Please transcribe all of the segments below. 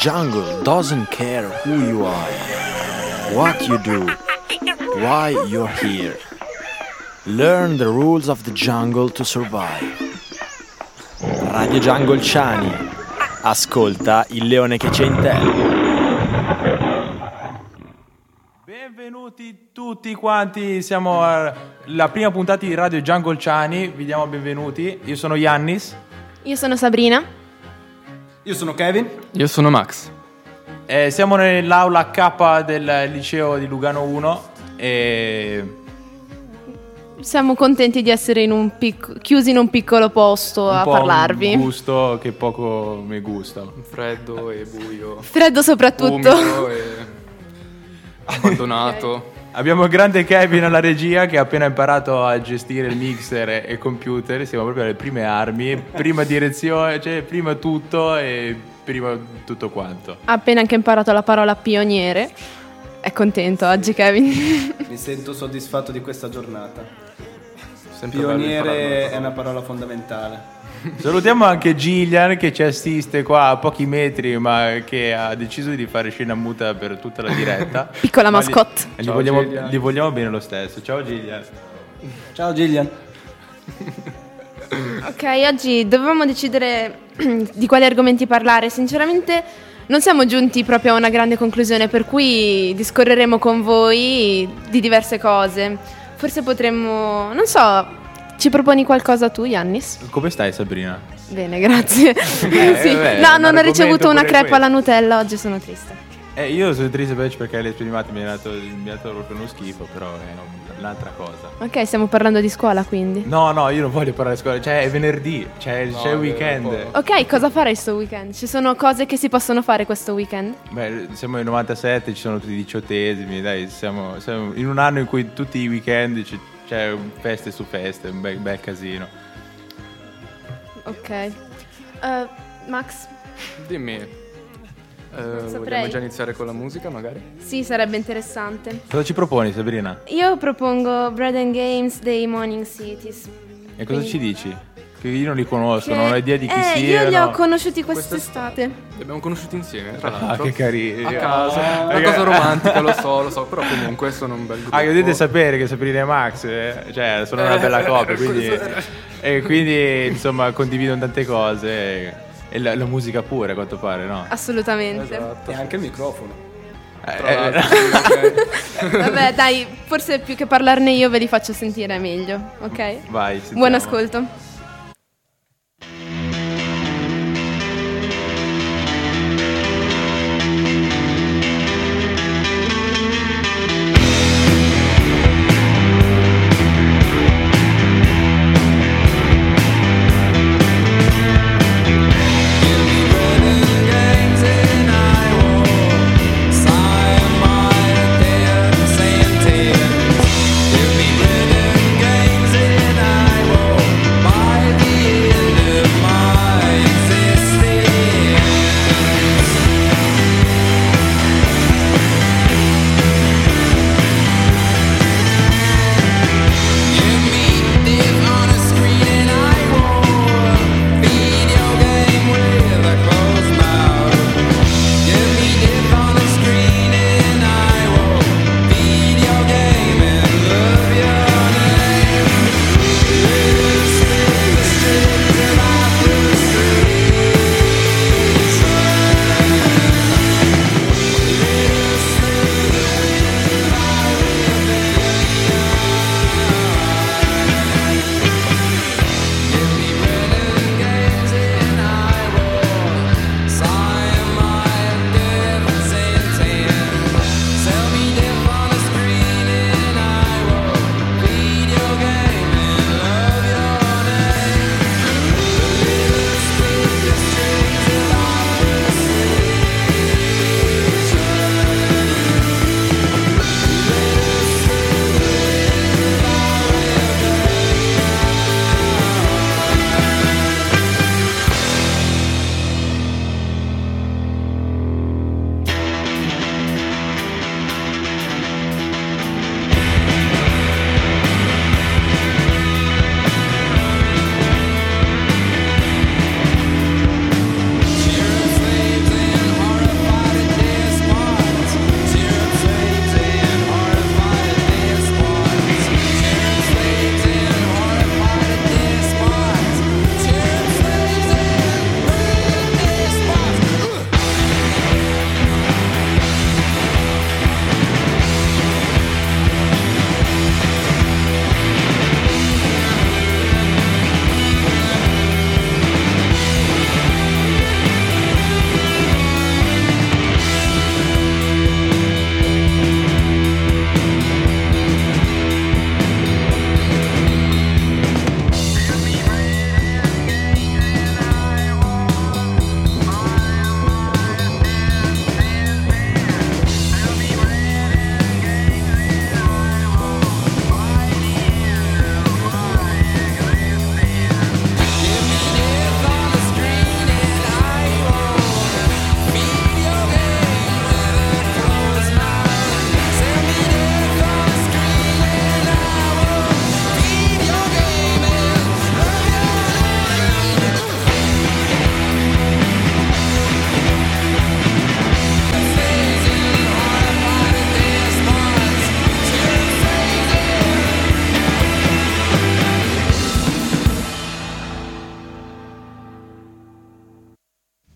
jungle doesn't care who you are, what you do, why you're here. Learn the rules of the jungle to survive. Radio Jungle Ciani. Ascolta il leone che c'è in te. Benvenuti tutti quanti, siamo alla prima puntata di Radio Jungle Ciani, vi diamo benvenuti. Io sono Yannis. Io sono Sabrina. Io sono Kevin. Io sono Max. Siamo nell'aula K del liceo di Lugano 1 e siamo contenti di essere chiusi in un piccolo posto a parlarvi. Un gusto che poco mi gusta. Freddo e buio. Freddo soprattutto. Umido e abbandonato. Okay. Abbiamo il grande Kevin alla regia che ha appena imparato a gestire il mixer e il computer. Siamo proprio alle prime armi, prima direzione, cioè prima tutto e prima tutto quanto. Ha appena anche imparato la parola pioniere. È contento oggi Kevin? Mi sento soddisfatto di questa giornata. Sempre Pioniere è una parola fondamentale. Salutiamo anche Gillian che ci assiste qua a pochi metri ma che ha deciso di fare scena muta per tutta la diretta. Piccola mascotte. Gli vogliamo bene lo stesso. Ciao Gillian. Ciao Gillian. Ok, oggi dovevamo decidere di quali argomenti parlare. Sinceramente non siamo giunti proprio a una grande conclusione, per cui discorreremo con voi di diverse cose. Forse potremmo, non so, ci proponi qualcosa tu, Yannis? Come stai Sabrina? Bene, grazie. Sì. No, non ho ricevuto una crepa alla Nutella, oggi sono triste. Io sono triste perché le tue animate mi ha dato proprio uno schifo, però è un'altra cosa. Ok, stiamo parlando di scuola quindi. No, io non voglio parlare di scuola, cioè è venerdì, c'è il weekend. Ok, cosa farai sto weekend? Ci sono cose che si possono fare questo weekend? Beh, siamo nel 97, ci sono tutti i 18esimi, dai, siamo in un anno in cui tutti i weekend c'è feste su feste, un bel casino. Ok. Max? Dimmi. saprei. Vogliamo già iniziare con la musica magari? Sì, sarebbe interessante. Cosa ci proponi Sabrina? Io propongo Bread and Games dei Morning Cities. E cosa ci dici? Che io non li conosco, non ho idea di chi siano. Io li ho conosciuti quest'estate. Li abbiamo conosciuti insieme, tra l'altro. Che carini. A caso. Una cosa romantica, lo so, però comunque sono un bel gruppo. Che dovete sapere che Sabrina e Max, cioè, sono una bella coppia, quindi insomma condividono tante cose. E la musica pure, a quanto pare, no? Assolutamente. Esatto. E anche il microfono. Tra l'altro, Vabbè, dai, forse più che parlarne io ve li faccio sentire meglio, ok? Vai, sentiamo. Buon ascolto. Give me bread and games and I will buy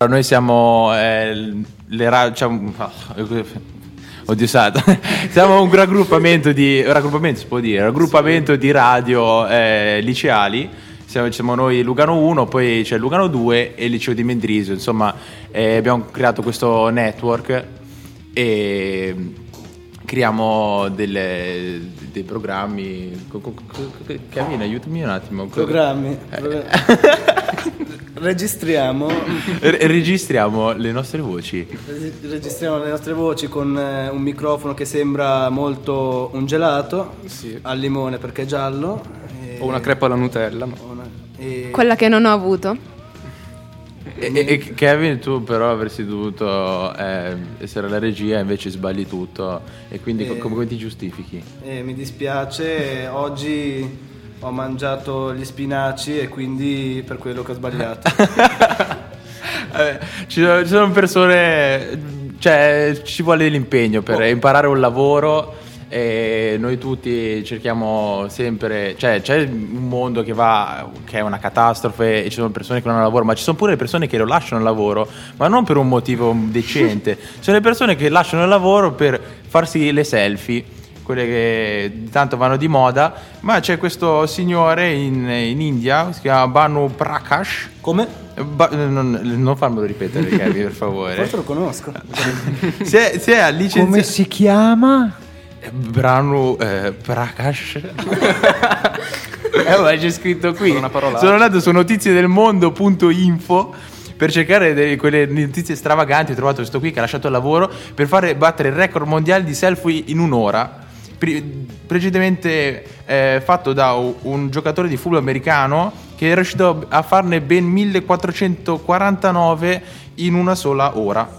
noi siamo oddio santo. Siamo un raggruppamento si può dire, raggruppamento di radio liceali. Siamo noi Lugano 1, poi c'è Lugano 2 e il liceo di Mendrisio. Insomma, abbiamo creato questo network e creiamo dei programmi. Kevin, aiutami un attimo. Programmi. Registriamo le nostre voci. Registriamo le nostre voci con un microfono che sembra molto un gelato, Sì. al limone perché è giallo. O una crepa alla Nutella. Quella che non ho avuto. E Kevin, tu però avresti dovuto essere alla regia, invece sbagli tutto. E quindi come ti giustifichi? Mi dispiace, oggi ho mangiato gli spinaci e quindi per quello che ho sbagliato. Ci sono persone, cioè ci vuole l'impegno per imparare un lavoro. E noi tutti cerchiamo sempre, cioè c'è un mondo che è una catastrofe e ci sono persone che non hanno lavoro, ma ci sono pure le persone che lo lasciano il lavoro, ma non per un motivo decente. Sono le persone che lasciano il lavoro per farsi le selfie, quelle che tanto vanno di moda. Ma c'è questo signore in India, si chiama Banu Prakash. Come? Non farmelo ripetere, Kevin, per favore. Forse lo conosco. Si è licenziato. Come si chiama? Banu Prakash. Ma c'è scritto qui. Una parola. Sono andato su notiziedelmondo.info per cercare quelle notizie stravaganti. Ho trovato questo qui che ha lasciato il lavoro per fare battere il record mondiale di selfie in un'ora, precedentemente fatto da un giocatore di football americano che è riuscito a farne ben 1449 in una sola ora.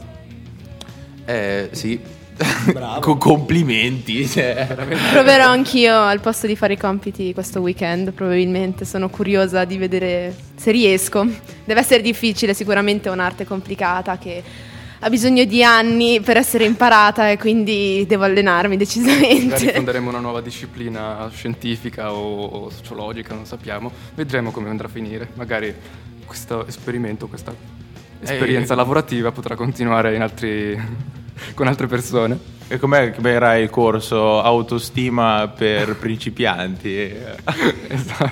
Sì. Complimenti, Proverò anch'io al posto di fare i compiti questo weekend, probabilmente. Sono curiosa di vedere se riesco. Deve essere difficile, sicuramente è un'arte complicata che ha bisogno di anni per essere imparata e quindi devo allenarmi Magari decisamente. fonderemo una nuova disciplina scientifica o sociologica, non sappiamo. Vedremo come andrà a finire. Magari questo esperimento, questa esperienza lavorativa potrà continuare con altre persone. E com'è che era il corso autostima per principianti? Esatto.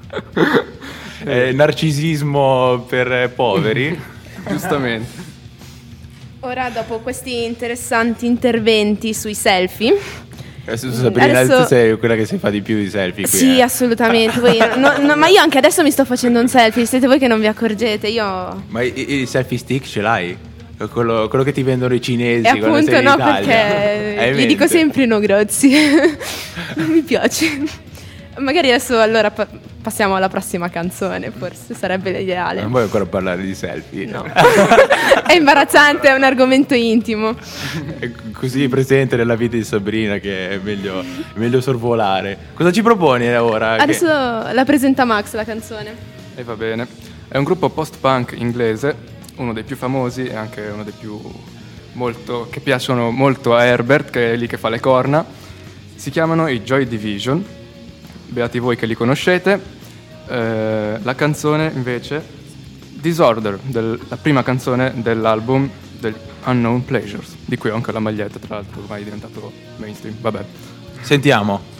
Narcisismo per poveri? Giustamente. Ora, dopo questi interessanti interventi sui selfie, Sabrina, adesso- tu sei quella che si fa di più di selfie qui. sì, assolutamente. Voi- ma io anche adesso mi sto facendo un selfie, siete voi che non vi accorgete. Io Ma il selfie stick ce l'hai? Quello che ti vendono i cinesi e quando appunto sei in no, Italia. perché Hai in gli dico mente? sempre no, grazie. Non mi piace. Magari adesso allora passiamo alla prossima canzone, forse sarebbe l'ideale. Non vuoi ancora parlare di selfie? No. È imbarazzante, è un argomento intimo. È così presente nella vita di Sabrina che è meglio sorvolare. Cosa ci proponi ora? Adesso la presenta Max, la canzone. E va bene. È un gruppo post-punk inglese, uno dei più famosi e anche uno dei più che piacciono molto a Herbert, che è lì che fa le corna. Si chiamano i Joy Division. Beati voi che li conoscete. La canzone invece Disorder, la prima canzone dell'album del Unknown Pleasures, di cui ho anche la maglietta, tra l'altro ormai è diventato mainstream. Vabbè. Sentiamo.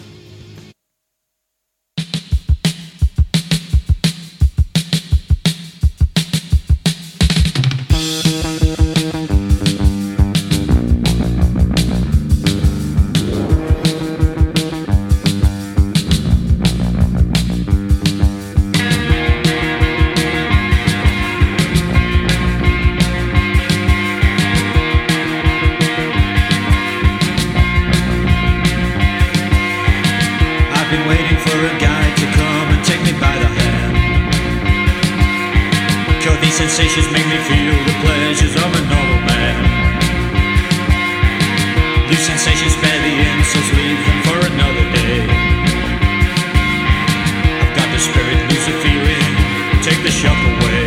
I've been waiting for a guy to come and take me by the hand. 'Cause these sensations make me feel the pleasures of a normal man. These sensations spare the insults, leave them for another day. I've got the spirit, lose the feeling, take the shock away.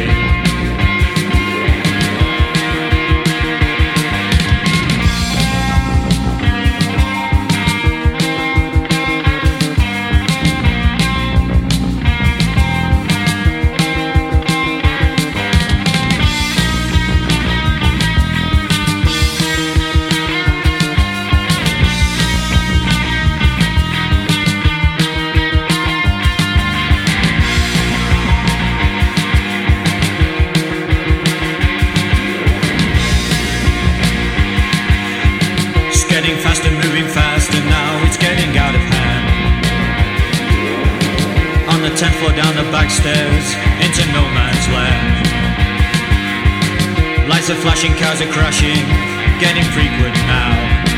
the 10th floor down the back stairs into no man's land. Lights are flashing, cars are crashing, getting frequent now.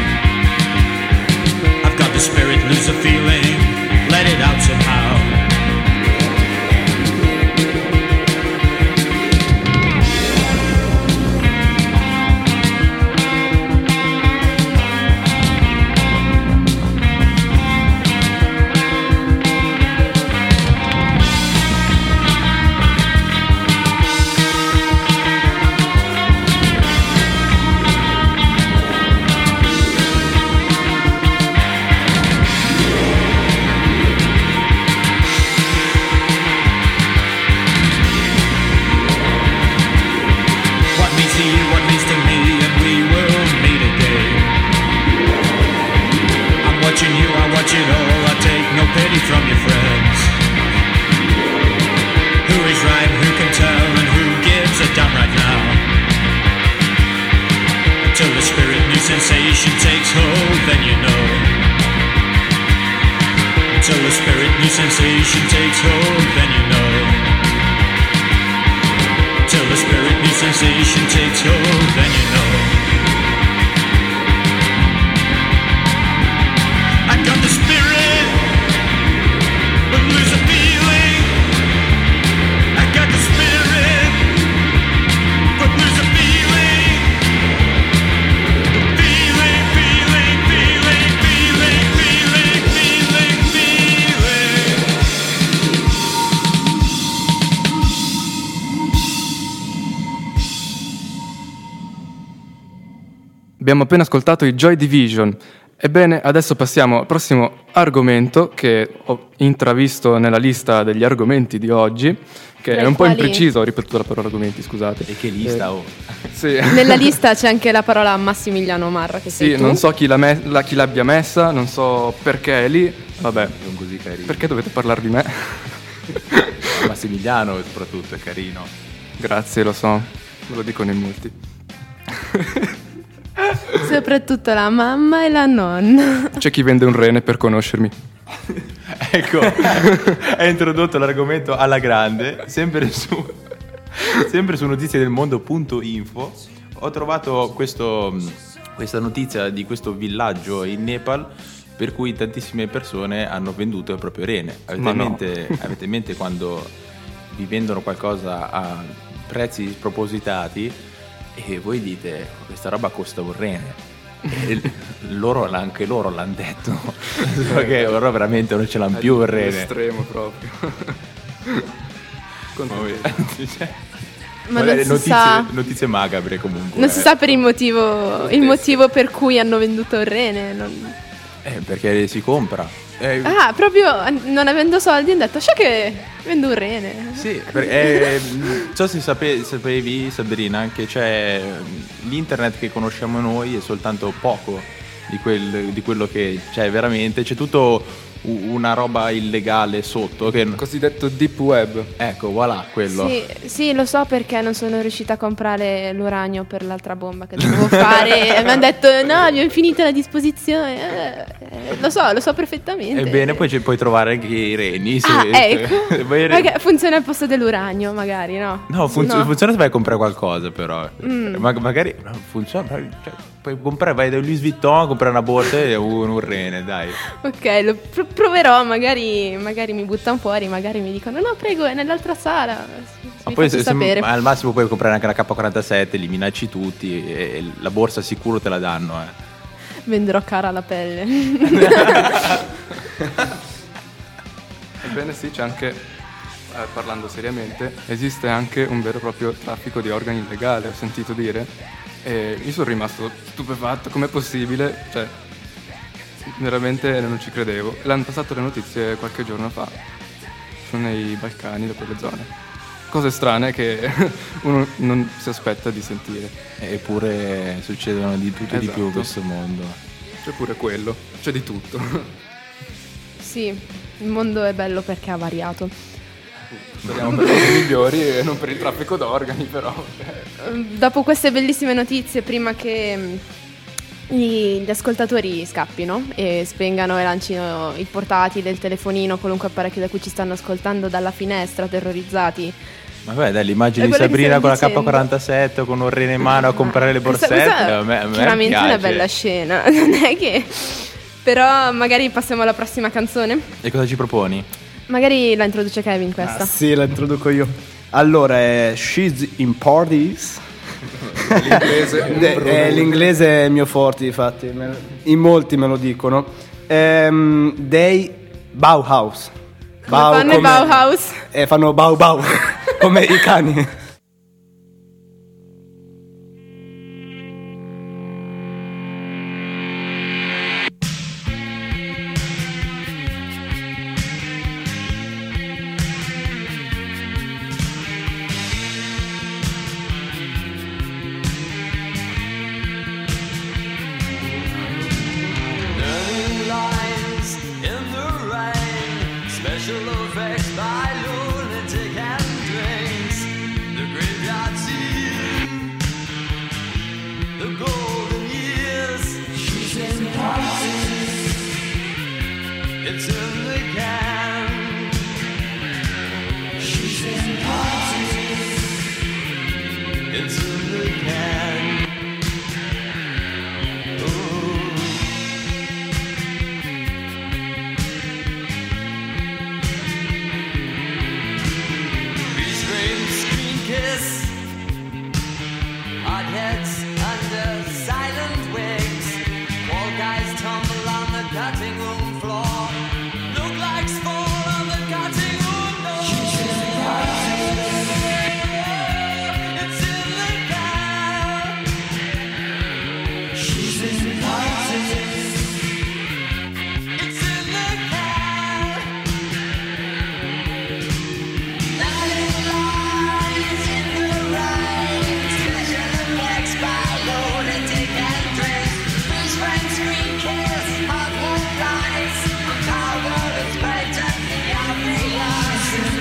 I've got the spirit, lose the feeling, let it out somehow. Sensation takes hold, then you know. Until the spirit new sensation takes hold, then you know. Till the spirit new sensation takes hold, then you know. I got the spirit, but lose the feeling. I got the spirit, but lose the feeling. Abbiamo appena ascoltato i Joy Division. Ebbene, adesso passiamo al prossimo argomento che ho intravisto nella lista degli argomenti di oggi, che Tra è i un po' quali- impreciso, ho ripetuto la parola argomenti, scusate. E che lista, oh. Sì, Nella lista c'è anche la parola Massimiliano Marra, che sei sì, tu. non so chi l'abbia messa, non so perché è lì. Vabbè, Non così carino. perché dovete parlare di me? Massimiliano soprattutto è carino. Grazie, lo so, me lo dicono in molti. Soprattutto la mamma e la nonna. C'è chi vende un rene per conoscermi. Ecco, hai introdotto l'argomento alla grande, sempre su notizie del mondo.info. Ho trovato questa notizia di questo villaggio in Nepal per cui tantissime persone hanno venduto il proprio rene. Ma no. Avete in mente quando vi vendono qualcosa a prezzi spropositati e voi dite questa roba costa un rene? E anche loro l'hanno detto perché loro veramente non ce l'hanno più il rene. Estremo proprio. Cioè, Ma magari non si sa. notizie magabre comunque. Non si sa per il motivo per cui hanno venduto il rene. Perché si compra. Ah, proprio non avendo soldi hanno detto, sai che vendo un rene. Sì, perché non so se sapevi, Sabrina, che c'è l'internet che conosciamo noi è soltanto poco di quello che c'è veramente. C'è tutto una roba illegale sotto che... Cosiddetto deep web. Ecco, voilà, quello. Sì, lo so perché non sono riuscita a comprare l'uranio per l'altra bomba che dovevo fare. E mi hanno detto, no, abbiamo finito la disposizione. Lo so perfettamente. Ebbene, poi puoi trovare anche i reni. Ecco. Vai- Perché funziona al posto dell'uranio, magari, no? No, funziona se vai a comprare qualcosa, però. Magari funziona. Cioè, puoi comprare, vai da Louis Vuitton a comprare una borsa e un rene, dai. Ok, proverò, magari mi buttano fuori, magari mi dicono, no, prego, è nell'altra sala. Ma Mi poi faccio sapere. al massimo puoi comprare anche la K47, li minacci tutti e la borsa sicuro te la danno, Venderò cara la pelle. Ebbene sì, c'è anche, parlando seriamente, esiste anche un vero e proprio traffico di organi illegale, ho sentito dire. E mi sono rimasto stupefatto, com'è possibile? Cioè, veramente non ci credevo. L'hanno passato le notizie qualche giorno fa, sono nei Balcani, da quelle zone. Cose strane che uno non si aspetta di sentire. Eppure succedono di tutto e di più in Esatto. questo mondo. C'è pure quello, c'è di tutto. Sì, il mondo è bello perché ha variato. Speriamo per cose migliori e non per il traffico d'organi, però. Dopo queste bellissime notizie, prima che gli ascoltatori scappino e spengano e lancino il portatile, il telefonino, qualunque apparecchio da cui ci stanno ascoltando dalla finestra, terrorizzati. Vabbè, dai, l'immagine È di quello che Sabrina con la stiamo K47 con un rene in mano a comprare le borsette, Questa a me chiaramente è piace. una bella scena, non è che... Però magari passiamo alla prossima canzone. E cosa ci proponi? Magari la introduce Kevin questa. Sì, la introduco io. Allora, è She's in Parties. L'inglese è il mio forte, infatti. In molti me lo dicono. Dei Bauhaus. Come fanno i Bauhaus? Fanno Bau Bau, come i cani. Learning lines in the rain, special effects by lunatic and drinks. The graveyard scene, the golden years. She's in parties. It's in the can. She's in parties. It's in the can. Heads under silent wigs. Wall guys tumble on the cutting room floor. Look like fall on the cutting room door. She's in the it's in the can. She's in the it's in the can. Nothing lies in the rain. Special effects by lunatic and drinks. Whose friends screen kiss of what lies. Power is great at the obvious.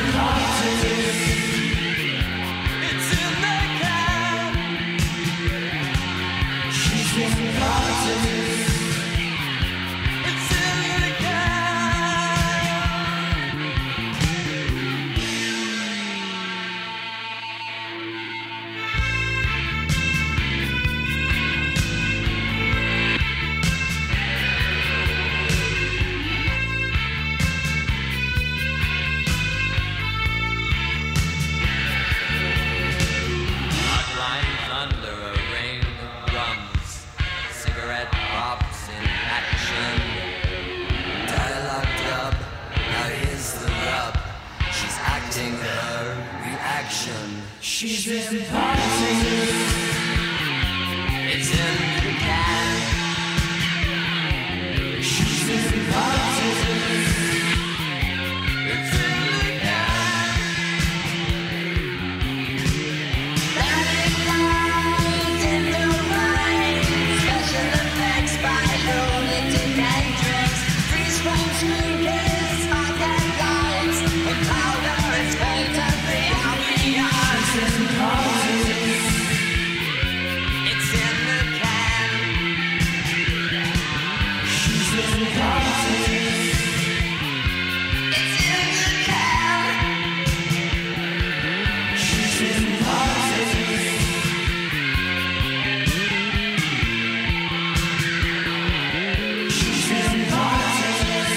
It's in the can. She's in the parties. It's in the can. Hotline under a rain of drums, cigarette pops in action. Dialogue dub, now here's the rub. She's acting her reaction. She's in parties. It's in the can. She's in parties. It's in the can. Letting light in the rain. Special effects by lunatic and drinks. Freeze frame screen kiss on deadlines. The powder is paint of the obvious. It's in the can. She's in the parties. It's in the can. She's in the parties. She's in the parties.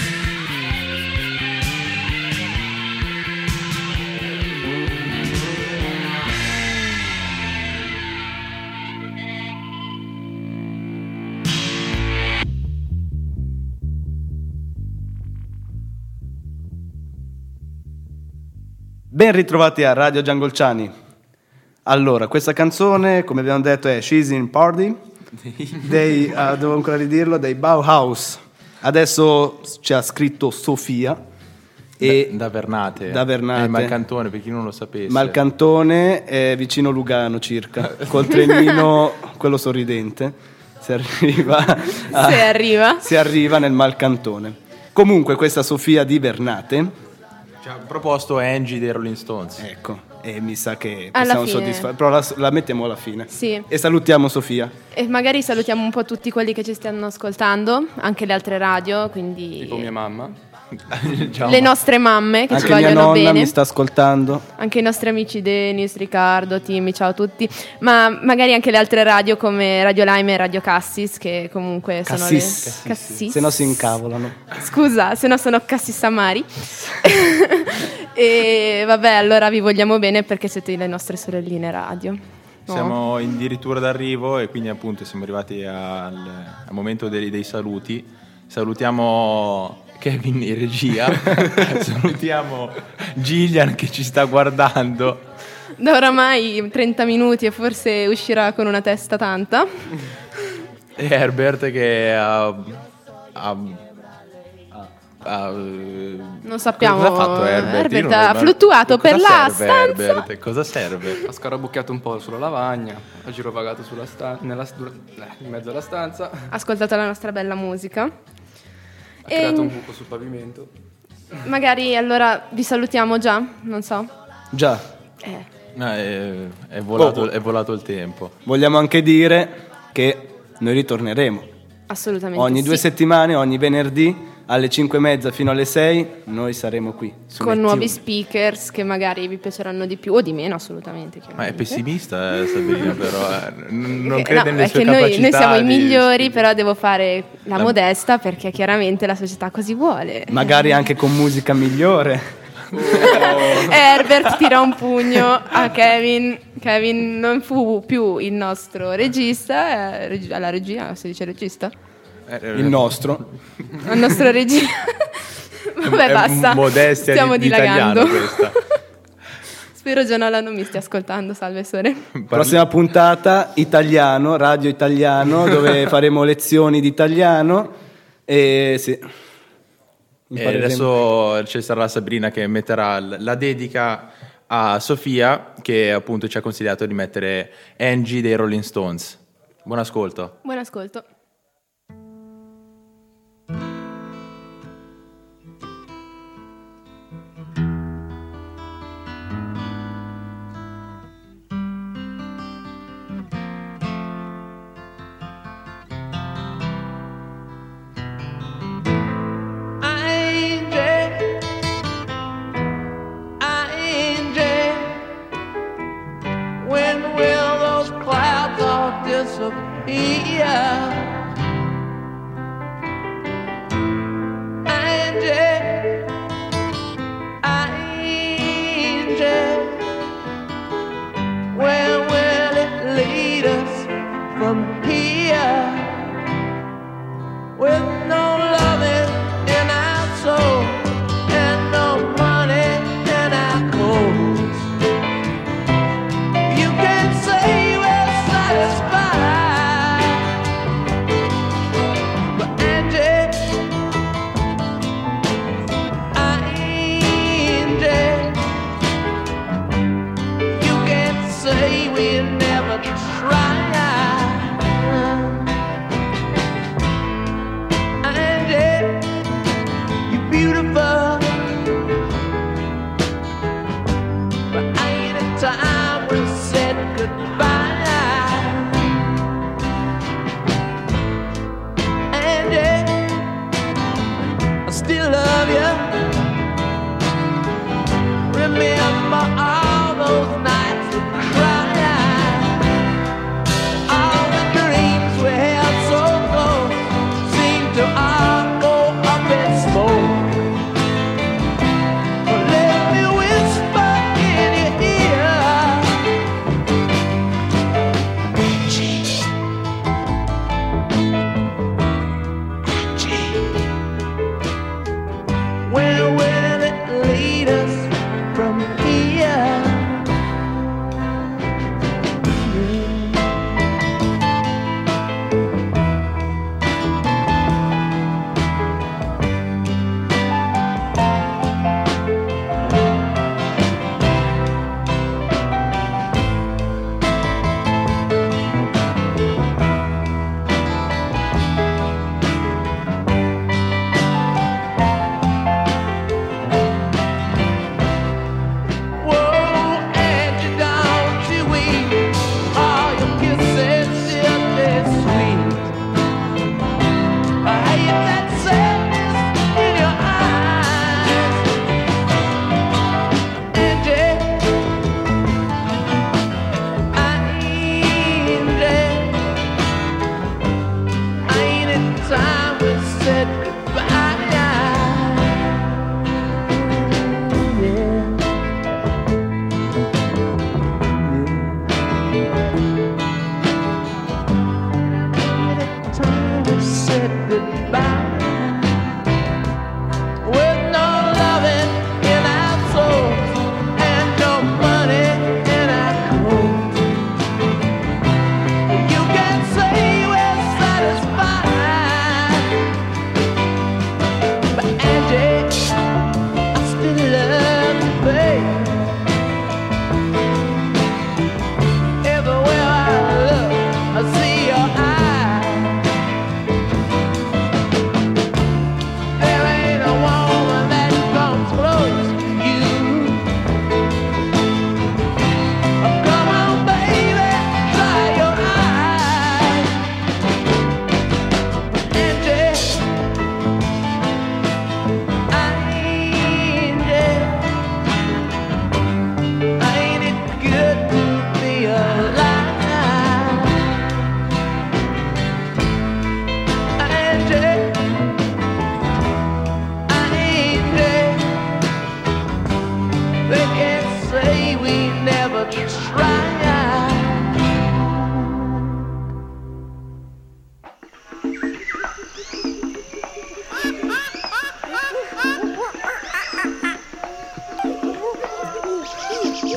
Ben ritrovati a Radio Giangolciani. Allora, questa canzone, come abbiamo detto, è She's in Party devo ancora ridirlo, dei Bauhaus. Adesso c'è scritto Sofia e Da Vernate. Da Vernate. È il Malcantone, per chi non lo sapesse. Malcantone è vicino Lugano circa, col trenino, quello sorridente. Si arriva nel Malcantone. Comunque questa Sofia di Vernate, Ci ha proposto Angie dei Rolling Stones. ecco, e mi sa che Alla possiamo fine. soddisfare. Però la mettiamo alla fine. Sì. E salutiamo Sofia. E magari salutiamo un po' tutti quelli che ci stanno ascoltando, anche le altre radio, quindi Tipo mia mamma. Ciao. le nostre mamme che ci Anche mia vogliono nonna bene. mi sta ascoltando. Anche i nostri amici Denis, Riccardo, Timmy, ciao a tutti. Ma magari anche le altre radio come Radio Lime e Radio Cassis, che comunque sono Cassis. le... Cassis. Se no si incavolano. Scusa, se no sono Cassis Amari. E vabbè, allora vi vogliamo bene perché siete le nostre sorelline radio. No? Siamo addirittura d'arrivo e quindi appunto siamo arrivati al momento dei saluti. Salutiamo Kevin in regia, salutiamo Gillian che ci sta guardando. Da oramai 30 minuti e forse uscirà con una testa tanta. E Herbert che Non sappiamo. Cosa ha fatto Herbert? Io non- ha ma- fluttuato cosa per la serve, stanza. Herbert? Cosa serve? Ha scarabocchiato un po' sulla lavagna, ha girovagato sulla in mezzo alla stanza, ha Ha ascoltato la nostra bella musica. E creato un buco sul pavimento. magari allora vi salutiamo già, non so. Già, No, è volato il tempo. vogliamo anche dire che noi ritorneremo. Assolutamente. Ogni sì. 2 settimane, ogni venerdì alle 5:30 fino alle 6 noi saremo qui. su Con Nettune. nuovi speakers che magari vi piaceranno di più o di meno, assolutamente. Ma è chiaramente. pessimista Sabrina però, non Eh, crede no, nelle è sue che noi capacità. siamo i di- migliori, però devo fare la modesta perché chiaramente la società così vuole. Magari anche con musica migliore. Herbert tira un pugno a Kevin. Kevin non fu più il nostro regista, alla regia, si dice regista? Il nostro. Al nostro regia. Vabbè, È basta. modestia Stiamo di italiano dilagando. questa. Spero Gianola non mi stia ascoltando, salve sore. Prossima puntata italiano, radio italiano, dove faremo lezioni di italiano. E sì. E Impareremo. adesso ci sarà Sabrina che metterà la dedica a Sofia che appunto ci ha consigliato di mettere Angie dei Rolling Stones. Buon ascolto. Buon ascolto. When will those clouds all disappear? Angel, angel, where will it lead us from here? With no loving in our soul and no money in our clothes. You can't say we're satisfied, but Angie, you can't say we never tried. Angie, you're beautiful, but ain't it time we said goodbye? Angie, I still love you. Remember all those nights we cried, all the dreams we held so close seem to all go up in smoke. But let me whisper in your ear, Angie, Angie, where will it lead us from here?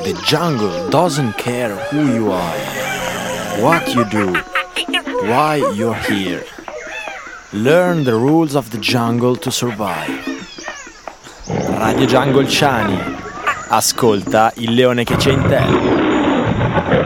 The jungle doesn't care who you are, what you do, why you're here. Learn the rules of the jungle to survive. Radio Jungle Ciani. Ascolta il leone che c'è in te.